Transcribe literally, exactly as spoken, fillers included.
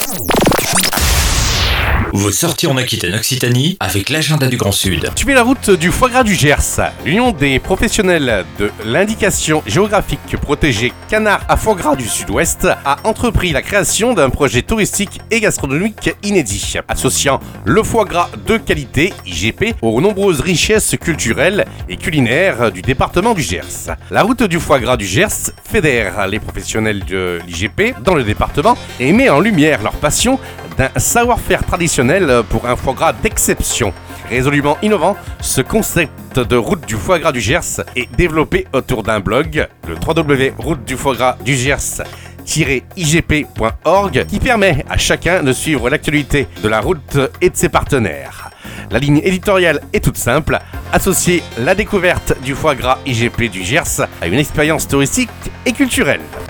Vous sortez en Aquitaine-Occitanie avec l'agenda du Grand Sud. Suivez la route du foie gras du Gers. L'Union des professionnels de l'indication géographique protégée canard à foie gras du Sud-Ouest a entrepris la création d'un projet touristique et gastronomique inédit, associant le foie gras de qualité, I G P, aux nombreuses richesses culturelles et culinaires du département du Gers. La route du foie gras du Gers fédère les professionnels de l'I G P dans le département et met en lumière leur passion d'un savoir-faire traditionnel pour un foie gras d'exception. Résolument innovant, ce concept de route du foie gras du Gers est développé autour d'un blog, le w w w point route du foie gras du Gers tiret i g p point org, qui permet à chacun de suivre l'actualité de la route et de ses partenaires. La ligne éditoriale est toute simple, associer la découverte du foie gras I G P du Gers à une expérience touristique et culturelle.